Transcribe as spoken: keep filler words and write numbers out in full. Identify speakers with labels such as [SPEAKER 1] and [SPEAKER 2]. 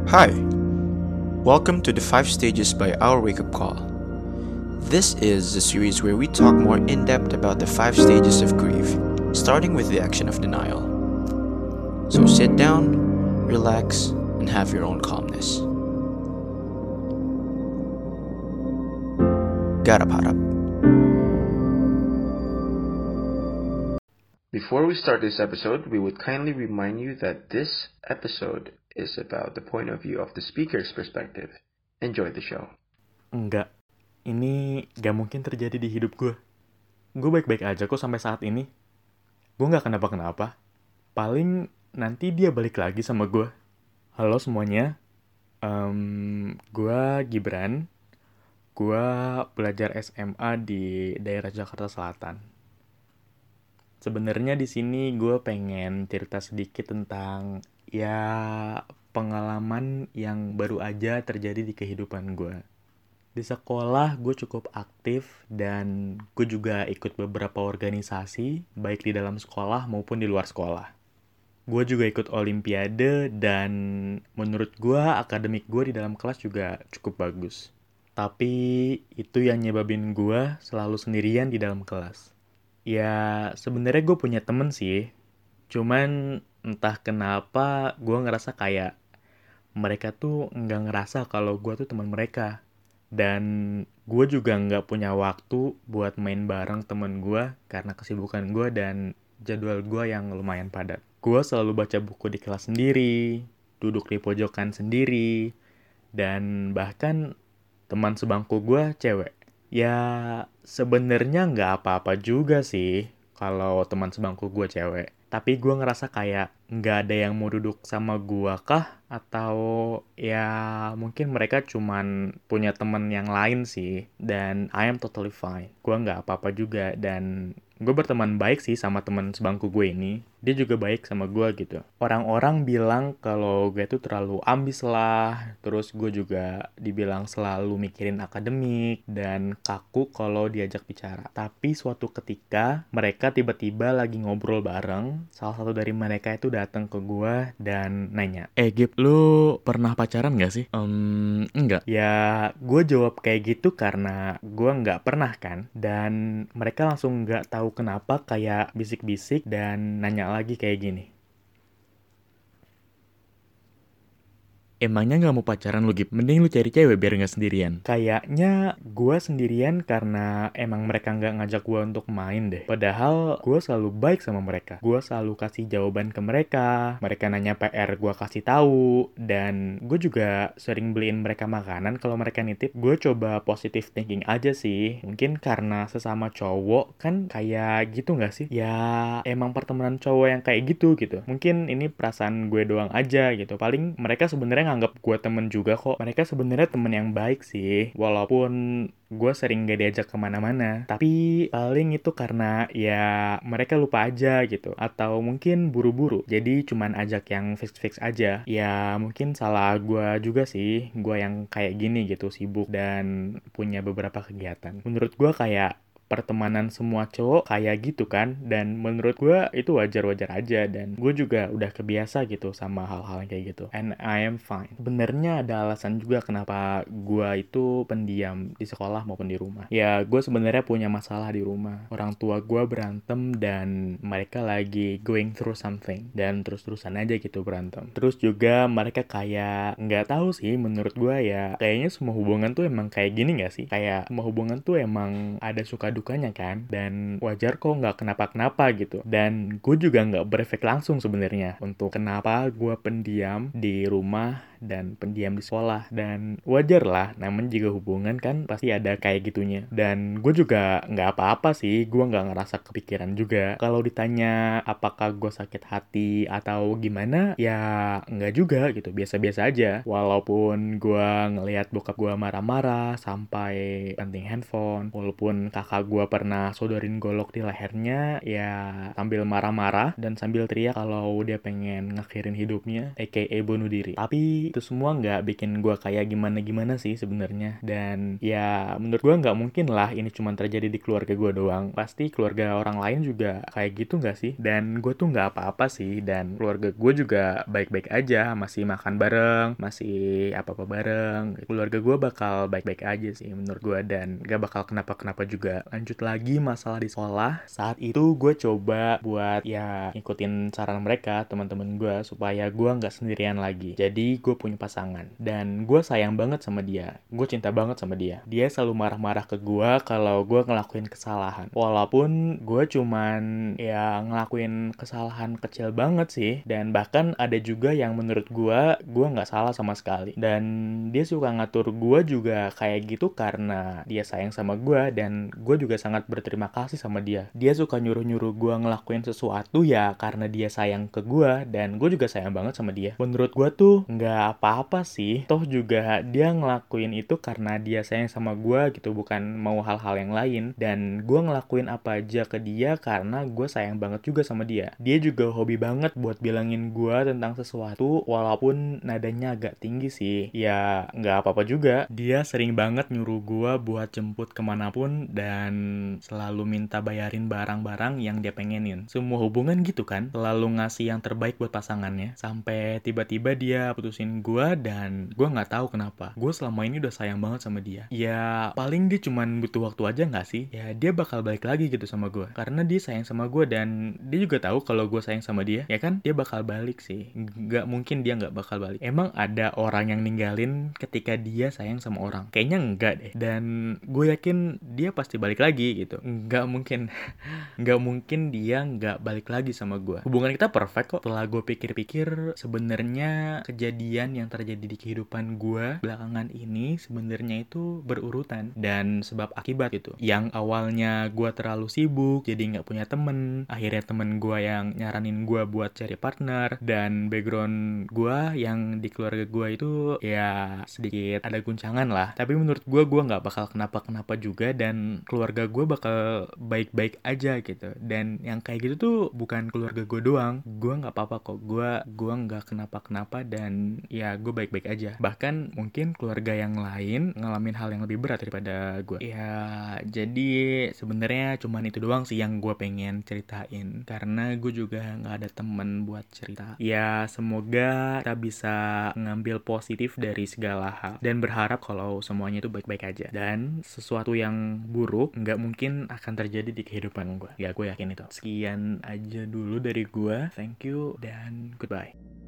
[SPEAKER 1] Hi, welcome to the Five Stages by Our Wake Up Call. This is a series where we talk more in depth about the five stages of grief, starting with the action of denial. So sit down, relax, and have your own calmness. Garap-harap. Before we start this episode, we would kindly remind you that this episode is about the point of view of the speaker's perspective. Enjoy the show.
[SPEAKER 2] Enggak, ini gak mungkin terjadi di hidup gue. Gue baik-baik aja kok sampai saat ini. Gue gak kenapa-kenapa. Paling nanti dia balik lagi sama gue. Halo semuanya, um, gue Gibran. Gue belajar S M A di daerah Jakarta Selatan. Sebenarnya di sini gue pengen cerita sedikit tentang ya pengalaman yang baru aja terjadi di kehidupan gue. Di sekolah gue cukup aktif dan gue juga ikut beberapa organisasi, baik di dalam sekolah maupun di luar sekolah. Gue juga ikut olimpiade dan menurut gue akademik gue di dalam kelas juga cukup bagus. Tapi itu yang nyebabin gue selalu sendirian di dalam kelas. Ya sebenarnya gue punya temen sih, cuman entah kenapa gue ngerasa kayak mereka tuh nggak ngerasa kalau gue tuh teman mereka. Dan gue juga nggak punya waktu buat main bareng temen gue karena kesibukan gue dan jadwal gue yang lumayan padat. Gue selalu baca buku di kelas sendiri, duduk di pojokan sendiri, dan bahkan teman sebangku gue cewek. Ya sebenarnya nggak apa-apa juga sih kalau teman sebangku gue cewek. Tapi gue ngerasa kayak nggak ada yang mau duduk sama gue kah? Atau ya mungkin mereka cuman punya teman yang lain sih. Dan I am totally fine. Gue nggak apa-apa juga dan gue berteman baik sih sama teman sebangku gue ini. Dia juga baik sama gue gitu. Orang-orang bilang kalau gue tuh terlalu ambis lah. Terus gue juga dibilang selalu mikirin akademik dan kaku kalau diajak bicara. Tapi suatu ketika mereka tiba-tiba lagi ngobrol bareng. Salah satu dari mereka itu datang ke gue dan nanya, "Eh Gib, lu pernah pacaran gak sih?" Um, enggak. Ya gue jawab kayak gitu karena gue nggak pernah kan. Dan mereka langsung nggak tahu kenapa kayak bisik-bisik dan nanya lagi kayak gini. Emangnya gak mau pacaran lu, Gip? Mending lu cari cewek biar gak sendirian. Kayaknya gue sendirian karena emang mereka gak ngajak gue untuk main deh. Padahal gue selalu baik sama mereka. Gue selalu kasih jawaban ke mereka. Mereka nanya P R, gue kasih tahu. Dan gue juga sering beliin mereka makanan kalau mereka nitip. Gue coba positive thinking aja sih. Mungkin karena sesama cowok kan kayak gitu gak sih? Ya emang pertemanan cowok yang kayak gitu gitu. Mungkin ini perasaan gue doang aja gitu. Paling mereka sebenarnya nganggap gue temen juga kok. Mereka sebenarnya temen yang baik sih. Walaupun gue sering gak diajak kemana-mana. Tapi paling itu karena ya mereka lupa aja gitu. Atau mungkin buru-buru. Jadi cuman ajak yang fix-fix aja. Ya mungkin salah gue juga sih. Gue yang kayak gini gitu. Sibuk dan punya beberapa kegiatan. Menurut gue kayak pertemanan semua cowok kayak gitu kan, dan menurut gue itu wajar-wajar aja, dan gue juga udah kebiasa gitu sama hal-hal kayak gitu, and I am fine. Sebenarnya ada alasan juga kenapa gue itu pendiam di sekolah maupun di rumah. Ya gue sebenarnya punya masalah di rumah. Orang tua gue berantem dan mereka lagi going through something, dan terus-terusan aja gitu berantem. Terus juga mereka kayak nggak tahu sih, menurut gue ya kayaknya semua hubungan tuh emang kayak gini nggak sih? Kayak semua hubungan tuh emang ada suka dukanya kan, dan wajar kok nggak kenapa-kenapa gitu. Dan gue juga nggak berefek langsung sebenarnya untuk kenapa gue pendiam di rumah dan pendiam di sekolah. Dan wajar lah, namanya juga hubungan kan pasti ada kayak gitunya. Dan gue juga nggak apa-apa sih, gue nggak ngerasa kepikiran juga. Kalau ditanya apakah gue sakit hati atau gimana, ya nggak juga gitu, biasa-biasa aja. Walaupun gue ngelihat bokap gue marah-marah sampai penting handphone, walaupun kakak gue pernah sodorin golok di lehernya ya sambil marah-marah dan sambil teriak kalau dia pengen ngakhirin hidupnya, aka bunuh diri. Tapi itu semua nggak bikin gue kayak gimana-gimana sih sebenarnya. Dan ya menurut gue nggak mungkin lah ini cuma terjadi di keluarga gue doang. Pasti keluarga orang lain juga kayak gitu nggak sih? Dan gue tuh nggak apa-apa sih. Dan keluarga gue juga baik-baik aja, masih makan bareng, masih apa-apa bareng. Keluarga gue bakal baik-baik aja sih menurut gue, dan gak bakal kenapa-kenapa juga. Lanjut lagi masalah di sekolah. Saat itu gue coba buat ya ikutin saran mereka, teman-teman gue, supaya gue nggak sendirian lagi. Jadi gue punya pasangan dan gue sayang banget sama dia. Gue cinta banget sama dia. Dia selalu marah-marah ke gue kalau gue ngelakuin kesalahan. Walaupun gue cuman ya ngelakuin kesalahan kecil banget sih. Dan bahkan ada juga yang menurut gue gue nggak salah sama sekali. Dan dia suka ngatur gue juga kayak gitu karena dia sayang sama gue, dan gue juga sangat berterima kasih sama dia. Dia suka nyuruh-nyuruh gue ngelakuin sesuatu ya karena dia sayang ke gue, dan gue juga sayang banget sama dia. Menurut gue tuh nggak apa-apa sih, toh juga dia ngelakuin itu karena dia sayang sama gue gitu, bukan mau hal-hal yang lain. Dan gue ngelakuin apa aja ke dia karena gue sayang banget juga sama dia. Dia juga hobi banget buat bilangin gue tentang sesuatu walaupun nadanya agak tinggi sih. Ya nggak apa-apa juga. Dia sering banget nyuruh gue buat jemput kemanapun dan selalu minta bayarin barang-barang yang dia pengenin. Semua hubungan gitu kan, selalu ngasih yang terbaik buat pasangannya. Sampai tiba-tiba dia putusin gue dan gue nggak tahu kenapa. Gue selama ini udah sayang banget sama dia. Ya paling dia cuman butuh waktu aja nggak sih? Ya dia bakal balik lagi gitu sama gue. Karena dia sayang sama gue dan dia juga tahu kalau gue sayang sama dia. Ya kan? Dia bakal balik sih. Nggak mungkin dia nggak bakal balik. Emang ada orang yang ninggalin ketika dia sayang sama orang? Kayaknya enggak deh. Dan gue yakin dia pasti balik lagi gitu. Nggak mungkin. Nggak mungkin dia nggak balik lagi sama gue. Hubungan kita perfect kok. Setelah gue pikir-pikir, sebenarnya kejadian yang terjadi di kehidupan gue belakangan ini sebenarnya itu berurutan dan sebab akibat gitu. Yang awalnya gue terlalu sibuk jadi nggak punya temen, akhirnya temen gue yang nyaranin gue buat cari partner, dan background gue yang di keluarga gue itu ya sedikit ada guncangan lah. Tapi menurut gue gue nggak bakal kenapa-kenapa juga, dan keluarga gue bakal baik-baik aja gitu. Dan yang kayak gitu tuh bukan keluarga gue doang. Gue nggak apa-apa kok. Gue gue nggak kenapa-kenapa dan ya gue baik-baik aja. Bahkan mungkin keluarga yang lain ngalamin hal yang lebih berat daripada gue. Ya jadi sebenarnya cuman itu doang sih yang gue pengen ceritain, karena gue juga nggak ada temen buat cerita. Ya semoga kita bisa ngambil positif dari segala hal dan berharap kalau semuanya itu baik-baik aja, dan sesuatu yang buruk nggak mungkin akan terjadi di kehidupan gue. Ya gue yakin itu. Sekian aja dulu dari gue. Thank you dan goodbye.